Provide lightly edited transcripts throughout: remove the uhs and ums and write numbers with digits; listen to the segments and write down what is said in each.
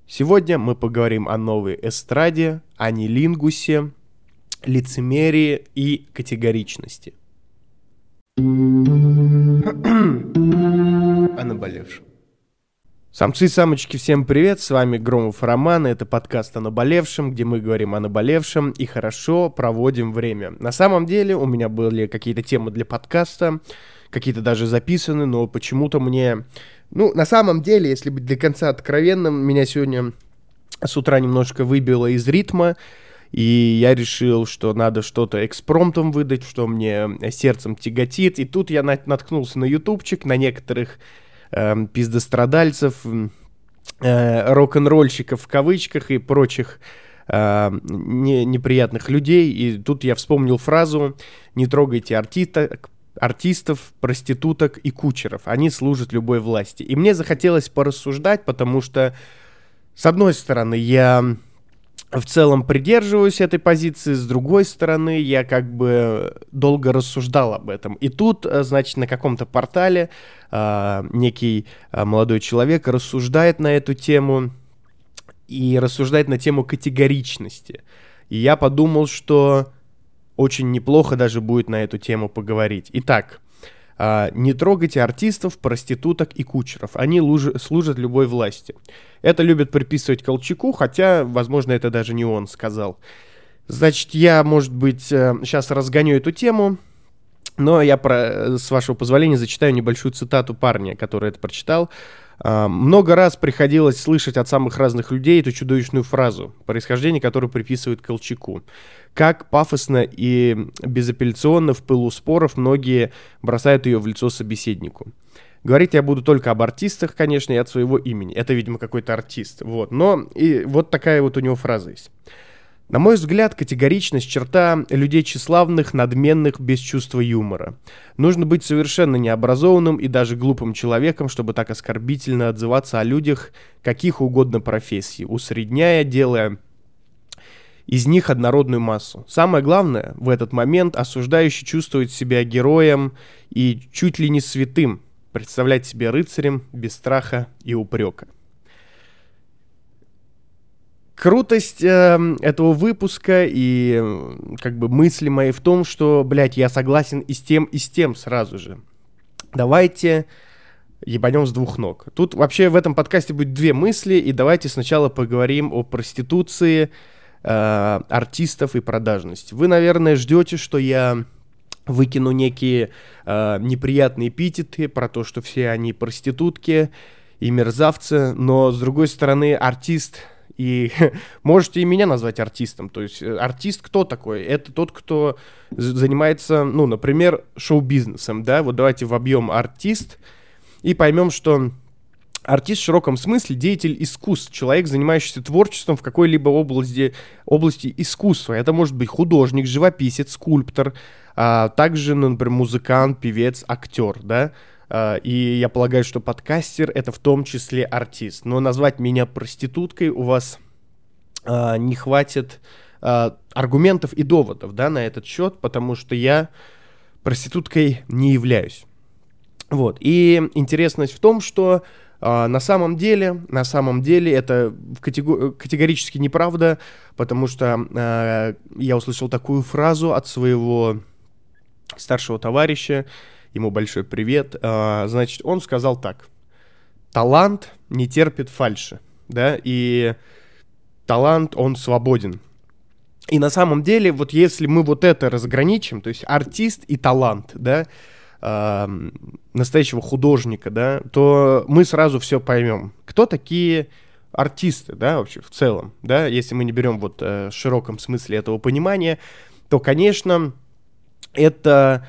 Сегодня мы поговорим о новой эстраде, о нелингусе, лицемерии и категоричности. О наболевшем. Самцы и самочки, всем привет, с вами Громов Роман, это подкаст о наболевшем, где мы говорим о наболевшем и хорошо проводим время. На самом деле у меня были какие-то темы для подкаста, какие-то даже записаны, но почему-то мне... на самом деле, если быть до конца откровенным, меня сегодня с утра немножко выбило из ритма, и я решил, что надо что-то экспромтом выдать, что мне сердцем тяготит, и тут я наткнулся на ютубчик, на некоторых пиздострадальцев, рок-н-ролльщиков в кавычках и прочих неприятных людей, и тут я вспомнил фразу «Не трогайте артистов, проституток и кучеров. Они служат любой власти». И мне захотелось порассуждать, потому что, с одной стороны, я в целом придерживаюсь этой позиции, с другой стороны, я как бы долго рассуждал об этом. И тут, значит, на каком-то портале некий молодой человек рассуждает на эту тему и рассуждает на тему категоричности. И я подумал, что очень неплохо даже будет на эту тему поговорить. Итак, не трогайте артистов, проституток и кучеров. Они служат любой власти. Это любят приписывать Колчаку, хотя, возможно, это даже не он сказал. Значит, я, может быть, сейчас разгоню эту тему, но я, с вашего позволения, зачитаю небольшую цитату парня, который это прочитал. Много раз приходилось слышать от самых разных людей эту чудовищную фразу, происхождение которой приписывают Колчаку. Как пафосно и безапелляционно в пылу споров многие бросают ее в лицо собеседнику. Говорить я буду только об артистах, конечно, и от своего имени. Это, видимо, какой-то артист. Но и вот такая вот у него фраза есть. На мой взгляд, категоричность — черта людей тщеславных, надменных, без чувства юмора. Нужно быть совершенно необразованным и даже глупым человеком, чтобы так оскорбительно отзываться о людях каких угодно профессий, усредняя, делая из них однородную массу. Самое главное в этот момент — осуждающий чувствовать себя героем и чуть ли не святым, представлять себя рыцарем без страха и упрека. Крутость этого выпуска и как бы мысли мои в том, что, я согласен и с тем сразу же. Давайте ебанем с двух ног. Тут вообще в этом подкасте будет две мысли, и давайте сначала поговорим о проституции, артистов и продажности. Вы, наверное, ждете, что я выкину некие неприятные эпитеты про то, что все они проститутки и мерзавцы, но, с другой стороны, артист... И можете и меня назвать артистом. То есть артист кто такой? Это тот, кто занимается, например, шоу-бизнесом, да? Вот давайте вобьем артист и поймем, что артист в широком смысле деятель искусств, человек, занимающийся творчеством в какой-либо области искусства. Это может быть художник, живописец, скульптор, также, например, музыкант, певец, актер, да? И я полагаю, что подкастер — это в том числе артист. Но назвать меня проституткой у вас не хватит аргументов и доводов, да, на этот счет, потому что я проституткой не являюсь. Вот. И интересность в том, что на самом деле это категорически неправда, потому что я услышал такую фразу от своего старшего товарища. Ему большой привет. Значит, он сказал так. Талант не терпит фальши, да, и талант, он свободен. И на самом деле, вот если мы вот это разграничим, то есть артист и талант, да, настоящего художника, да, то мы сразу все поймем. Кто такие артисты, да, вообще в целом, да, если мы не берем вот в широком смысле этого понимания, то, конечно, это...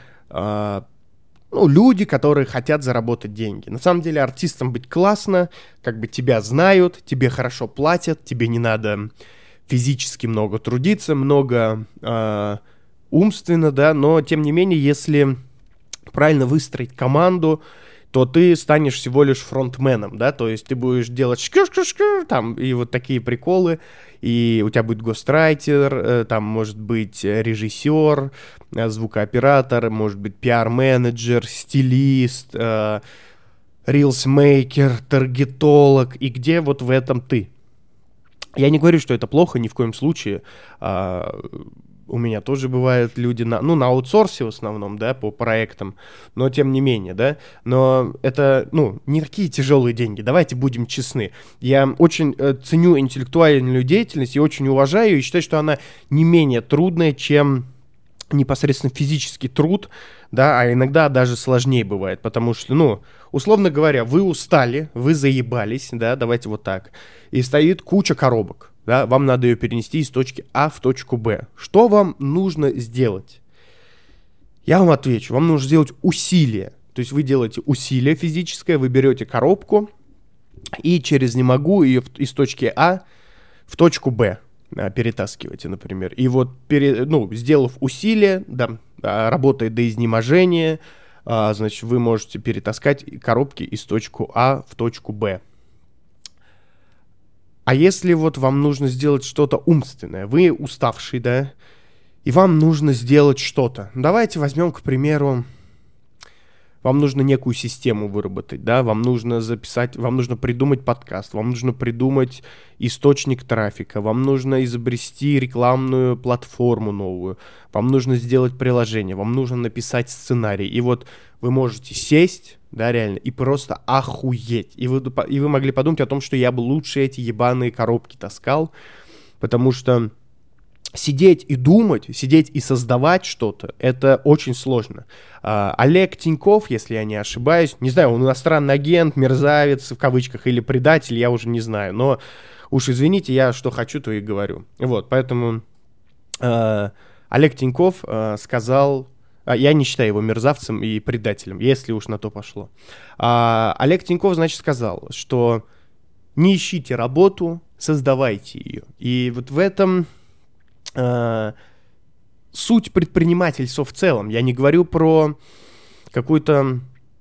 люди, которые хотят заработать деньги. На самом деле артистом быть классно, как бы тебя знают, тебе хорошо платят, тебе не надо физически много трудиться, много умственно, да, но тем не менее, если правильно выстроить команду, то ты станешь всего лишь фронтменом, да, то есть ты будешь делать шкыр-шкыр-шкыр, там, и вот такие приколы, и у тебя будет гострайтер, там может быть режиссер, звукооператор, может быть пиар-менеджер, стилист, рилсмейкер, таргетолог, и где вот в этом ты? Я не говорю, что это плохо, ни в коем случае. У меня тоже бывают люди на аутсорсе в основном, да, по проектам, но тем не менее, да. Но это, не такие тяжелые деньги, давайте будем честны. Я очень ценю интеллектуальную деятельность и очень уважаю, и считаю, что она не менее трудная, чем непосредственно физический труд, да, а иногда даже сложнее бывает, потому что, условно говоря, вы устали, вы заебались, да, давайте вот так, и стоит куча коробок, да, вам надо ее перенести из точки А в точку Б. Что вам нужно сделать? Я вам отвечу, вам нужно сделать усилие, то есть вы делаете усилие физическое, вы берете коробку и через «не могу» ее из точки А в точку Б перетаскиваете, например. И вот, сделав усилие, да, работая до изнеможения, значит, вы можете перетаскать коробки из точки А в точку Б. А если вот вам нужно сделать что-то умственное, вы уставший, да, и вам нужно сделать что-то. Давайте возьмем, к примеру, вам нужно некую систему выработать, да, вам нужно записать, вам нужно придумать подкаст, вам нужно придумать источник трафика, вам нужно изобрести рекламную платформу новую, вам нужно сделать приложение, вам нужно написать сценарий. И вот вы можете сесть, да, реально, и просто охуеть. И вы могли подумать о том, что я бы лучше эти ебаные коробки таскал, потому что сидеть и думать, сидеть и создавать что-то, это очень сложно. Олег Тиньков, если я не ошибаюсь, не знаю, он иностранный агент, мерзавец в кавычках или предатель, я уже не знаю, но уж извините, я что хочу, то и говорю. Вот, поэтому Олег Тиньков сказал, я не считаю его мерзавцем и предателем, если уж на то пошло. Олег Тиньков, значит, сказал, что не ищите работу, создавайте ее. И вот в этом суть предпринимательства в целом. Я не говорю про какой-то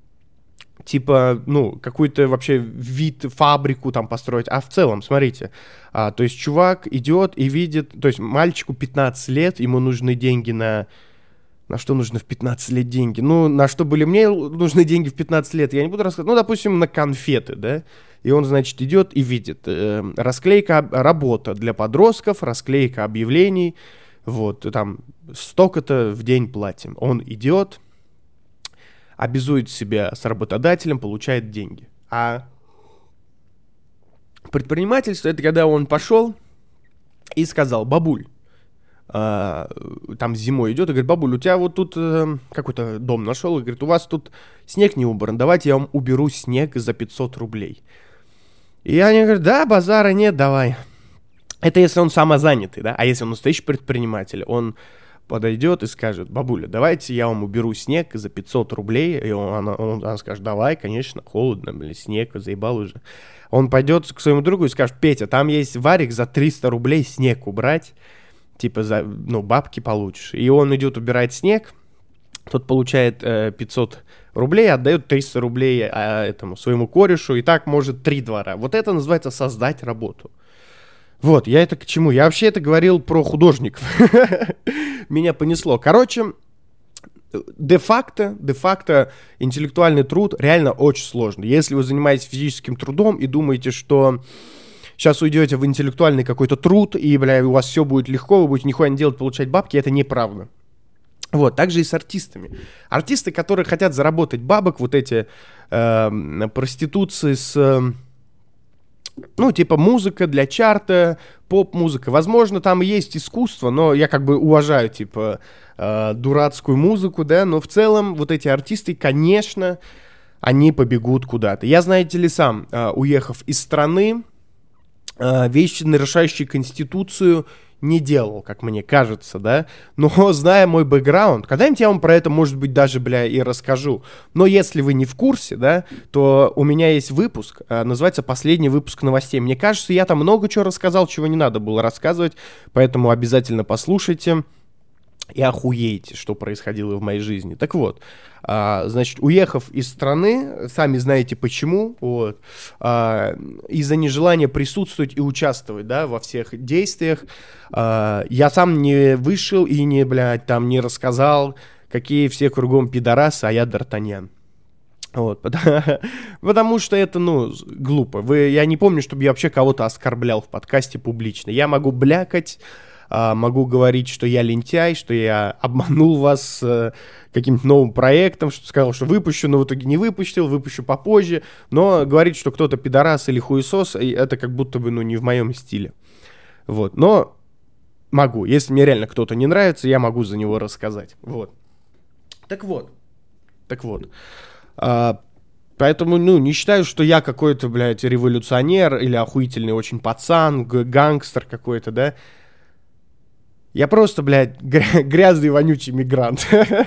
какой-то вообще вид, фабрику там построить, а в целом, смотрите, то есть чувак идет и видит, то есть мальчику 15 лет, ему нужны деньги на что нужно в 15 лет деньги? На что были мне нужны деньги в 15 лет, я не буду рассказывать, допустим, на конфеты, да, и он, значит, идет и видит, расклейка, работа для подростков, расклейка объявлений, вот, там, столько-то в день платим. Он идет, обязует себя с работодателем, получает деньги. А предпринимательство — это когда он пошел и сказал: бабуль, там зимой идет и говорит: бабуль, у тебя вот тут какой-то дом нашел, и говорит: у вас тут снег не убран, давайте я вам уберу снег за 500 рублей. И они говорят: да, базара нет, давай. Это если он самозанятый, да, а если он настоящий предприниматель, он подойдет и скажет: бабуля, давайте я вам уберу снег за 500 рублей, и она скажет: давай, конечно, холодно, снег, заебал уже. Он пойдет к своему другу и скажет: Петя, там есть варик за 300 рублей снег убрать, типа бабки получишь. И он идет убирать снег, тот получает 500 рублей, отдает 300 рублей этому своему корешу, и так может 3 двора. Вот это называется создать работу. Вот, я это к чему? Я вообще это говорил про художников. Меня понесло. Короче, де-факто интеллектуальный труд реально очень сложный. Если вы занимаетесь физическим трудом и думаете, что сейчас уйдете в интеллектуальный какой-то труд, и, у вас все будет легко, вы будете нихуя не делать, получать бабки, это неправда. Вот, так же и с артистами. Артисты, которые хотят заработать бабок, вот эти проституции с... типа музыка для чарта, поп-музыка. Возможно, там и есть искусство, но я как бы уважаю, типа, дурацкую музыку, да, но в целом вот эти артисты, конечно, они побегут куда-то. Я, знаете ли, сам, уехав из страны, вещи, нарушающие Конституцию, не делал, как мне кажется, да, но зная мой бэкграунд, когда-нибудь я вам про это, может быть, даже, и расскажу, но если вы не в курсе, да, то у меня есть выпуск, называется «Последний выпуск новостей». Мне кажется, я там много чего рассказал, чего не надо было рассказывать, поэтому обязательно послушайте и охуеете, что происходило в моей жизни. Так вот, значит, уехав из страны, сами знаете почему, вот, из-за нежелания присутствовать и участвовать, да, во всех действиях, я сам не вышел и не рассказал, какие все кругом пидорасы, а я Д'Артаньян. Вот, потому что это, глупо. Я не помню, чтобы я вообще кого-то оскорблял в подкасте публично. Я могу блякать, могу говорить, что я лентяй, что я обманул вас каким-то новым проектом, что сказал, что выпущу, но в итоге не выпущу попозже. Но говорить, что кто-то пидорас или хуесос, это как будто бы, не в моем стиле. Вот, но могу. Если мне реально кто-то не нравится, я могу за него рассказать. Вот. Так вот. Поэтому, не считаю, что я какой-то, блядь, революционер или охуительный очень пацан, гангстер какой-то, да. Я просто, блядь, грязный вонючий мигрант.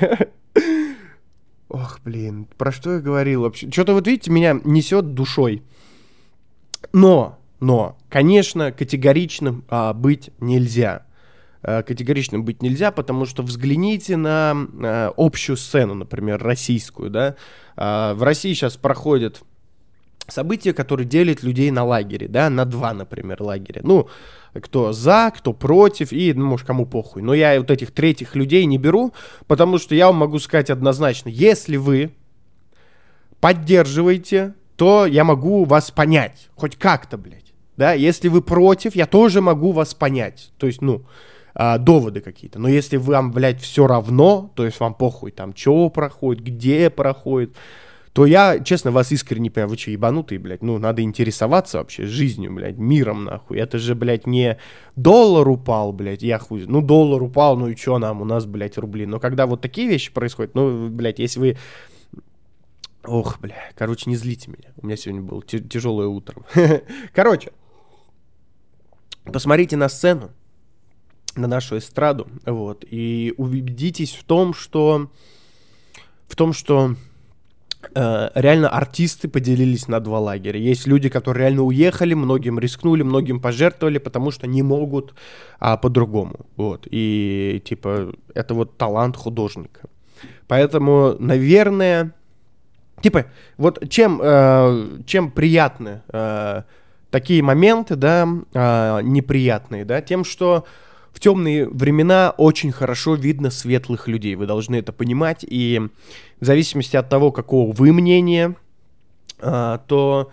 Ох, блин, про что я говорил вообще? Что-то вот видите, меня несет душой. Но, конечно, категоричным быть нельзя. Категоричным быть нельзя, потому что взгляните на общую сцену, например, российскую, да. В России сейчас проходят события, которые делят людей на лагере, да, на два, например, лагеря. Кто за, кто против, и, может, кому похуй. Но я вот этих третьих людей не беру, потому что я вам могу сказать однозначно, если вы поддерживаете, то я могу вас понять, хоть как-то, блядь, да. Если вы против, я тоже могу вас понять, то есть, доводы какие-то. Но если вам, блядь, все равно, то есть вам похуй там, что проходит, где проходит, то я, честно, вас искренне не понимаю, вы что, ебанутые, блядь? Надо интересоваться вообще жизнью, блядь, миром, нахуй. Это же, блядь, не доллар упал, блядь, я хуй. Доллар упал, и что нам, у нас, блядь, рубли. Но когда вот такие вещи происходят, блядь, если вы... Ох, бля, короче, не злите меня. У меня сегодня было тяжелое утро. Короче, посмотрите на сцену, на нашу эстраду, вот, и убедитесь в том, что реально артисты поделились на два лагеря. Есть люди, которые реально уехали, многим рискнули, многим пожертвовали, потому что не могут по-другому. Вот. И типа это вот талант художника. Поэтому, наверное, типа вот чем приятны такие моменты, да, неприятные, да, тем, что в темные времена очень хорошо видно светлых людей. Вы должны это понимать. И в зависимости от того, какого вы мнения, то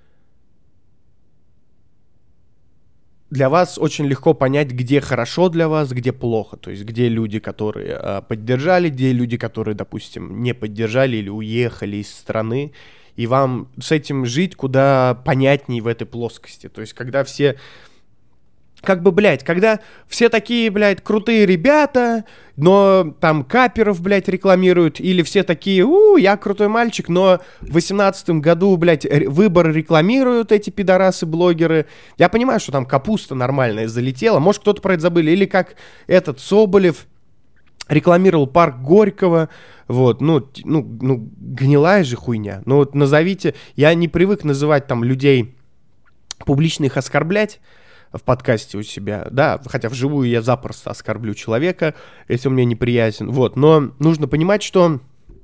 для вас очень легко понять, где хорошо для вас, где плохо. То есть где люди, которые поддержали, где люди, которые, допустим, не поддержали или уехали из страны. И вам с этим жить куда понятнее в этой плоскости. То есть когда все... когда все такие, блядь, крутые ребята, но там каперов, блядь, рекламируют, или все такие, я крутой мальчик, но в 18-м году, блядь, выборы рекламируют эти пидорасы-блогеры. Я понимаю, что там капуста нормальная залетела, может, кто-то про это забыли, или как этот Соболев рекламировал парк Горького, вот, гнилая же хуйня. Вот назовите, я не привык называть там людей, публично их оскорблять, в подкасте у себя, да, хотя вживую я запросто оскорблю человека, если он мне неприятен, вот, но нужно понимать, что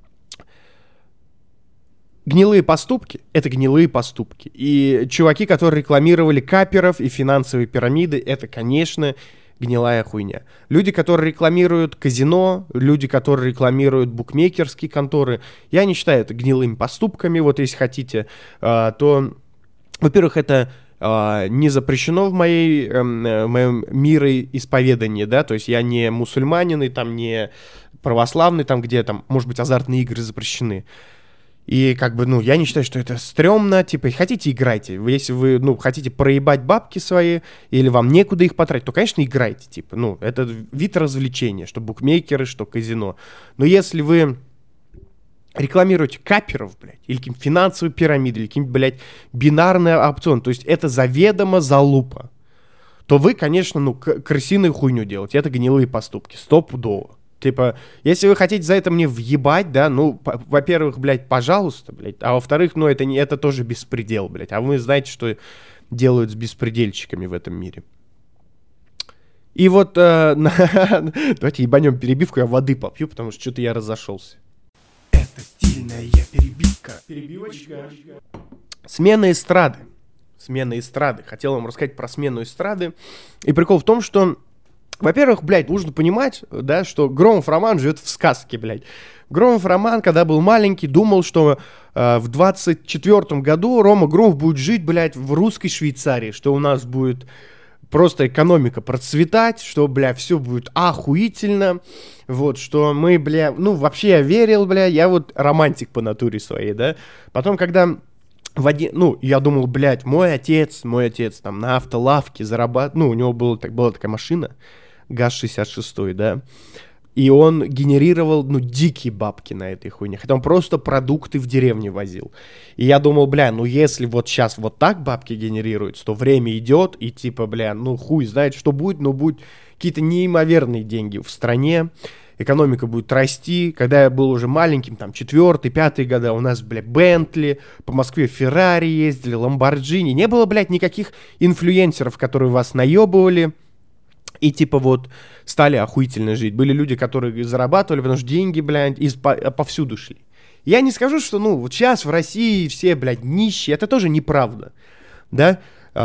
гнилые поступки — это гнилые поступки, и чуваки, которые рекламировали каперов и финансовые пирамиды, это, конечно, гнилая хуйня. Люди, которые рекламируют казино, люди, которые рекламируют букмекерские конторы, я не считаю это гнилыми поступками, вот если хотите, то, во-первых, это не запрещено в моем мироисповедании, да, то есть я не мусульманин, и там не православный, там где там, может быть, азартные игры запрещены. И я не считаю, что это стрёмно, типа, хотите, играйте. Если вы, хотите проебать бабки свои, или вам некуда их потратить, то, конечно, играйте, типа, это вид развлечения, что букмекеры, что казино. Но если вы рекламируете каперов, блядь, или какие-нибудь финансовые пирамиды, или какие-нибудь, блядь, бинарные опционы, то есть это заведомо залупа, то вы, конечно, крысиную хуйню делаете. Это гнилые поступки, стопудово. Типа, если вы хотите за это мне въебать, да, во-первых, блядь, пожалуйста, блядь, а во-вторых, это тоже беспредел, блядь. А вы знаете, что делают с беспредельщиками в этом мире. И вот, давайте ебанем перебивку, я воды попью, потому что что-то я разошелся. Это стильная перебивка. Перебивочка. Смена эстрады. Хотел вам рассказать про смену эстрады. И прикол в том, что Во-первых, блядь, нужно понимать, да, что Громов Роман живет в сказке, блядь. Громов Роман, когда был маленький, думал, что в 24-м году Рома Громов будет жить, блядь, в русской Швейцарии, что у нас будет просто экономика процветать, что, бля, все будет охуительно, вот, что мы, бля, ну, вообще я верил, бля, я вот романтик по натуре своей, да. Потом, когда я думал, блядь, мой отец там на автолавке зарабатывает, ну, у него была такая машина, ГАЗ-66, да, и он генерировал, ну, дикие бабки на этой хуйне. Хотя он просто продукты в деревне возил. И я думал, бля, ну, если вот сейчас вот так бабки генерируются, то время идет, и типа, бля, ну, хуй знает, что будет, но будут какие-то неимоверные деньги в стране. Экономика будет расти. Когда я был уже маленьким, там, 4-й, 5-й года, у нас, бля, Бентли, по Москве Феррари ездили, Ламборджини. Не было, блядь, никаких инфлюенсеров, которые вас наебывали. И типа вот стали охуительно жить. Были люди, которые зарабатывали, потому что деньги, блядь, повсюду шли. Я не скажу, что, ну, вот сейчас в России все, блядь, нищие. Это тоже неправда, да?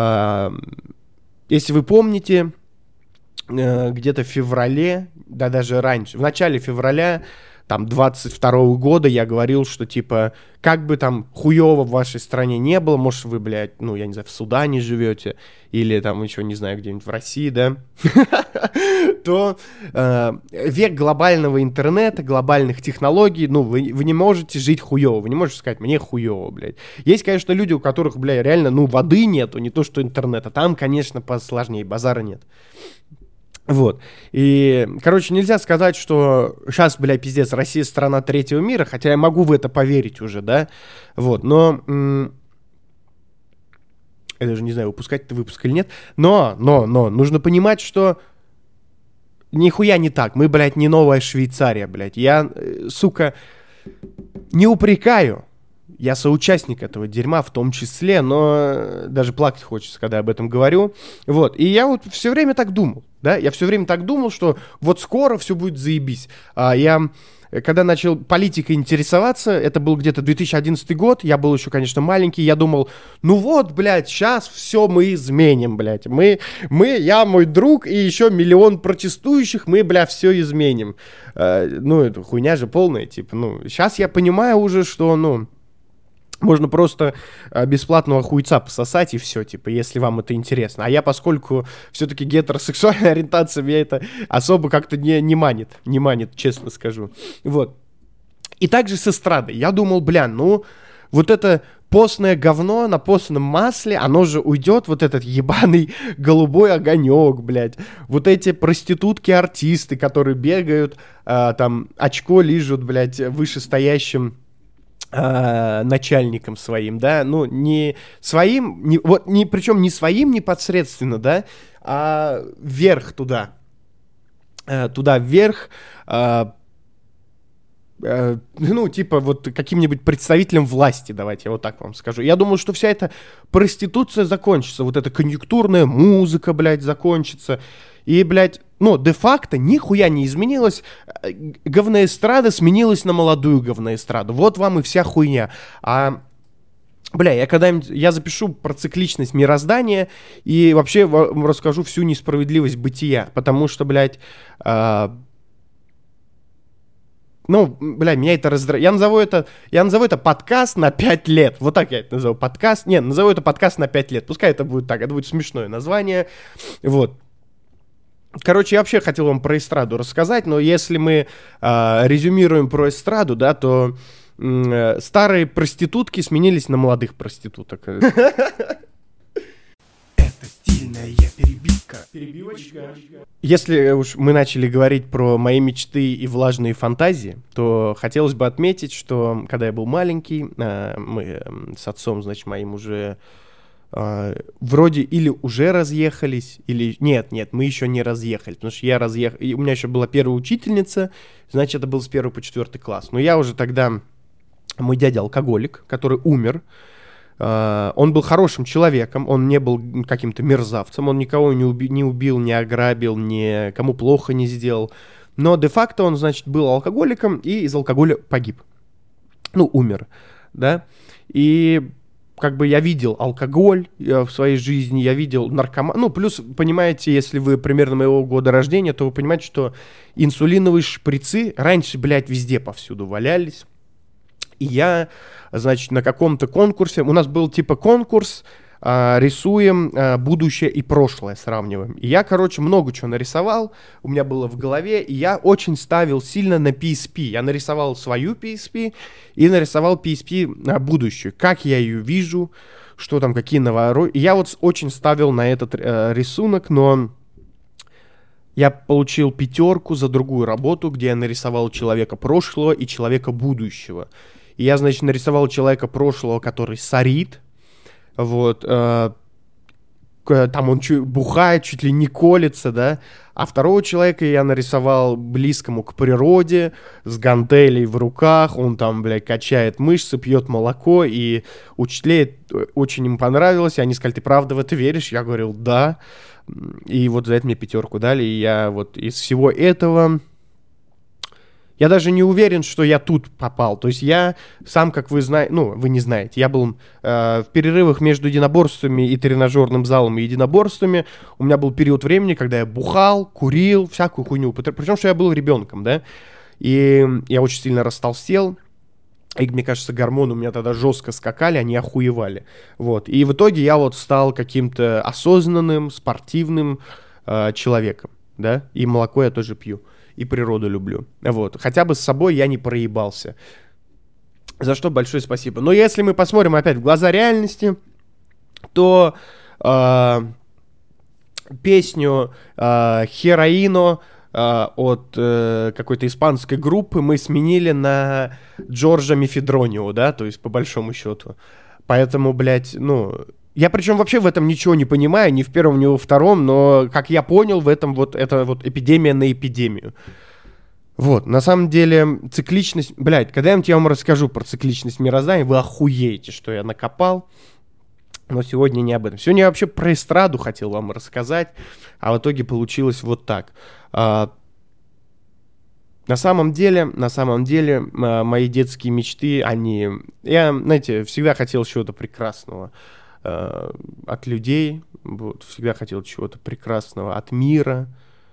Если вы помните, где-то в феврале, да даже раньше, в начале февраля, там, 22-го года я говорил, что, типа, как бы там хуёво в вашей стране не было, может, вы, блядь, ну, я не знаю, в Судане живете, или там еще, не знаю, где-нибудь в России, да, то век глобального интернета, глобальных технологий, ну, вы не можете жить хуёво, вы не можете сказать, мне хуёво, блядь. Есть, конечно, люди, у которых, блядь, реально, ну, воды нету, не то, что интернета, там, конечно, посложнее, базара нет. Вот. И, короче, нельзя сказать, что сейчас, бля, пиздец, Россия страна третьего мира, хотя я могу в это поверить уже, да, вот, но я даже не знаю, выпускать это выпуск или нет, но нужно понимать, что нихуя не так, мы, блядь, не новая Швейцария, блядь, я, сука, не упрекаю, я соучастник этого дерьма в том числе, но даже плакать хочется, когда я об этом говорю. Вот. И я вот все время так думал, да, я все время так думал, что вот скоро все будет заебись. Я, когда начал политикой интересоваться, это был где-то 2011 год, я был еще, конечно, маленький, я думал, ну вот, блядь, сейчас все мы изменим, блядь. Я, мой друг и еще миллион протестующих, мы, бля, все изменим. Ну, это хуйня же полная, типа, ну, сейчас я понимаю уже, что, ну, можно просто бесплатного хуйца пососать и все, типа, если вам это интересно. А я, поскольку все-таки гетеросексуальная ориентация, меня это особо как-то не манит, честно скажу. Вот. И также с эстрадой. Я думал, бля, ну, вот это постное говно на постном масле, оно же уйдет, вот этот ебаный голубой огонек, блядь. Вот эти проститутки-артисты, которые бегают, там, очко лижут, блядь, вышестоящим начальником своим, да, ну, не своим, причем не своим непосредственно, да, а вверх туда вверх, ну, типа, вот каким-нибудь представителем власти, давайте я вот так вам скажу. Я думаю, что вся эта проституция закончится, вот эта конъюнктурная музыка, блядь, закончится, и, блядь, ну, де-факто нихуя не изменилось. Говноэстрада сменилась на молодую говноэстраду. Вот вам и вся хуйня. Бля, я запишу про цикличность мироздания и вообще вам расскажу всю несправедливость бытия. Потому что, блядь, ну, бля, меня это раздражает. Я назову это подкаст на 5 лет. Вот так я это назову. Назову это подкаст на 5 лет. Пускай это будет так, это будет смешное название. Вот. Короче, я вообще хотел вам про эстраду рассказать, но если мы резюмируем про эстраду, да, то старые проститутки сменились на молодых проституток. Это стильная перебивка. Перебивочка. Если уж мы начали говорить про мои мечты и влажные фантазии, то хотелось бы отметить, что когда я был маленький, мы с отцом, значит, моим уже... вроде или уже разъехались, или... Нет, мы еще не разъехались, потому что я разъехал... У меня еще была первая учительница, значит, это был с 1 по 4 класс. Но я уже тогда... Мой дядя алкоголик, который умер. Он был хорошим человеком, он не был каким-то мерзавцем, он никого не убил, не ограбил, никому плохо не сделал. Но де-факто он, значит, был алкоголиком и из алкоголя погиб. Ну, умер, да. И... как бы я видел алкоголь в своей жизни, я видел наркоман. Ну, плюс, понимаете, если вы примерно моего года рождения, то вы понимаете, что инсулиновые шприцы раньше, блядь, везде повсюду валялись. И я, значит, на каком-то конкурсе, у нас был типа конкурс, рисуем будущее и прошлое, сравниваем. И я, короче, много чего нарисовал, у меня было в голове, и я очень ставил сильно на PSP. Я нарисовал свою PSP и нарисовал PSP будущую, как я ее вижу, что там, какие наворот. И я вот очень ставил на этот рисунок, но я получил 5 за другую работу, где я нарисовал человека прошлого и человека будущего. И я, значит, нарисовал человека прошлого, который сорит. Вот, там он бухает, чуть ли не колется, да, а второго человека я нарисовал близкому к природе, с гантелей в руках, он там, блядь, качает мышцы, пьет молоко, и учителей очень им понравилось, и они сказали, ты правда в это веришь? Я говорил, да, и вот за это мне 5 дали, и я вот из всего этого... Я даже не уверен, что я тут попал. То есть я сам, как вы знаете, ну, вы не знаете, я был в перерывах между единоборствами и тренажерным залом и единоборствами. У меня был период времени, когда я бухал, курил, всякую хуйню. Причем, что я был ребенком, да. И я очень сильно растолстел. И, мне кажется, гормоны у меня тогда жестко скакали, они охуевали. Вот. И в итоге я вот стал каким-то осознанным, спортивным человеком, да. И молоко я тоже пью. И природу люблю. Вот. Хотя бы с собой я не проебался. За что большое спасибо. Но если мы посмотрим опять в глаза реальности, то песню «Хероино» от какой-то испанской группы мы сменили на Джорджа Мефедронио, да, то есть по большому счету. Поэтому, блядь, ну... Я причем вообще в этом ничего не понимаю, ни в первом, ни во втором, но, как я понял, в этом вот это вот эпидемия на эпидемию. Вот, на самом деле, цикличность... Блядь, когда я вам расскажу про цикличность мироздания, вы охуеете, что я накопал. Но сегодня не об этом. Сегодня я вообще про эстраду хотел вам рассказать, а в итоге получилось вот так. На самом деле, мои детские мечты, они... Я, знаете, всегда хотел чего-то прекрасного. От людей, вот, всегда хотел чего-то прекрасного, от мира.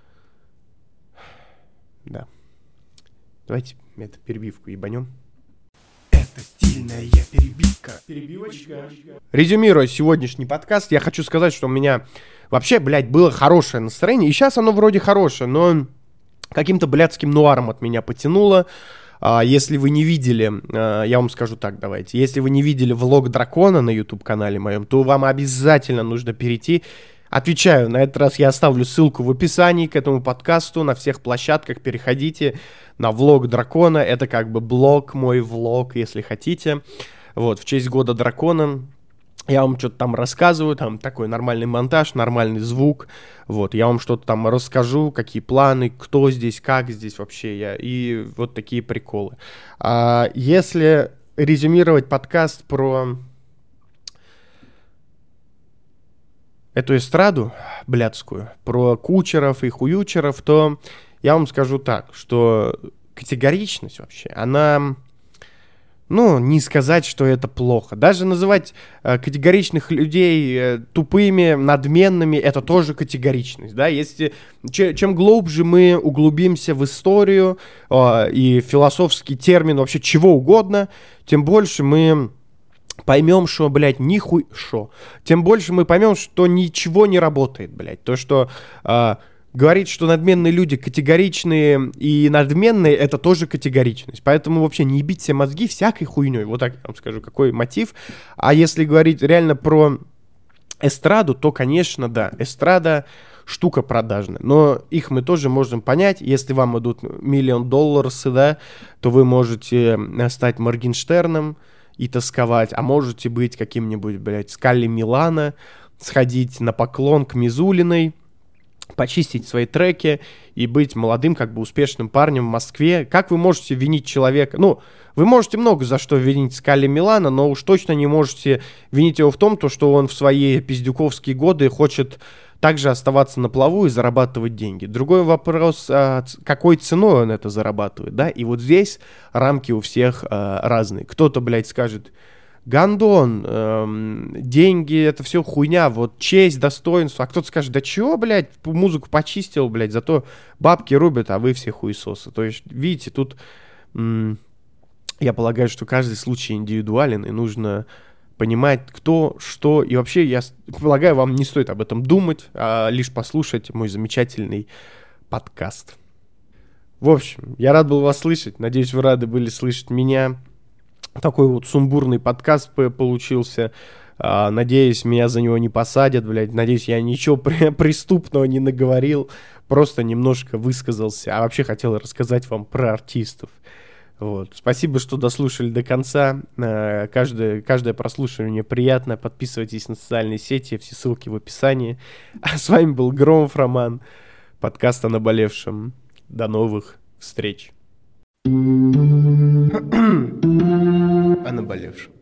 Да. Давайте эту перебивку ебанем. Это стильная перебивка. Перебивочка. Резюмируя сегодняшний подкаст, я хочу сказать, что у меня вообще, блядь, было хорошее настроение. И сейчас оно вроде хорошее, но каким-то блядским нуаром от меня потянуло. Если вы не видели, я вам скажу так, давайте. Если вы не видели влог Дракона на YouTube-канале моем, то вам обязательно нужно перейти. Отвечаю, на этот раз я оставлю ссылку в описании к этому подкасту. На всех площадках переходите на влог Дракона. Это как бы блог, мой влог, если хотите. Вот, в честь года Дракона. Я вам что-то там рассказываю, там такой нормальный монтаж, нормальный звук. Вот, я вам что-то там расскажу, какие планы, кто здесь, как здесь вообще. И вот такие приколы. Если резюмировать подкаст про эту эстраду блядскую, про кучеров и хуючеров, то я вам скажу так, что категоричность вообще, она... Ну, не сказать, что это плохо. Даже называть категоричных людей тупыми, надменными, это тоже категоричность, да. Если, чем глубже мы углубимся в историю и философский термин вообще чего угодно, тем больше мы поймем, что, блядь, тем больше мы поймем, что ничего не работает, блядь. То, что... Говорить, что надменные люди категоричные и надменные, это тоже категоричность. Поэтому вообще не ебите себе мозги всякой хуйней. Вот так я вам скажу, какой мотив. А если говорить реально про эстраду, то, конечно, да, эстрада штука продажная. Но их мы тоже можем понять. Если вам идут $1 миллион, да, то вы можете стать Моргенштерном и тосковать. А можете быть каким-нибудь, блядь, Скалли Милано, сходить на поклон к Мизулиной, почистить свои треки и быть молодым, как бы успешным парнем в Москве. Как вы можете винить человека? Ну, вы можете много за что винить Скалли Милано, но уж точно не можете винить его в том, что он в свои пиздюковские годы хочет также оставаться на плаву и зарабатывать деньги. Другой вопрос, какой ценой он это зарабатывает, да? И вот здесь рамки у всех разные. Кто-то, блядь, скажет: Гондон, деньги, это все хуйня, вот честь, достоинство. А кто-то скажет, да чё, блядь, музыку почистил, блядь, зато бабки рубят, а вы все хуесосы. То есть, видите, тут я полагаю, что каждый случай индивидуален, и нужно понимать, кто, что. И вообще, я полагаю, вам не стоит об этом думать, а лишь послушать мой замечательный подкаст. В общем, я рад был вас слышать. Надеюсь, вы рады были слышать меня. Такой вот сумбурный подкаст получился. Надеюсь, меня за него не посадят, блядь. Надеюсь, я ничего преступного не наговорил. Просто немножко высказался. А вообще хотел рассказать вам про артистов. Вот. Спасибо, что дослушали до конца. Каждое прослушивание приятно. Подписывайтесь на социальные сети. Все ссылки в описании. А с вами был Громов Роман. Подкаст о наболевшем. До новых встреч. О наболевшем.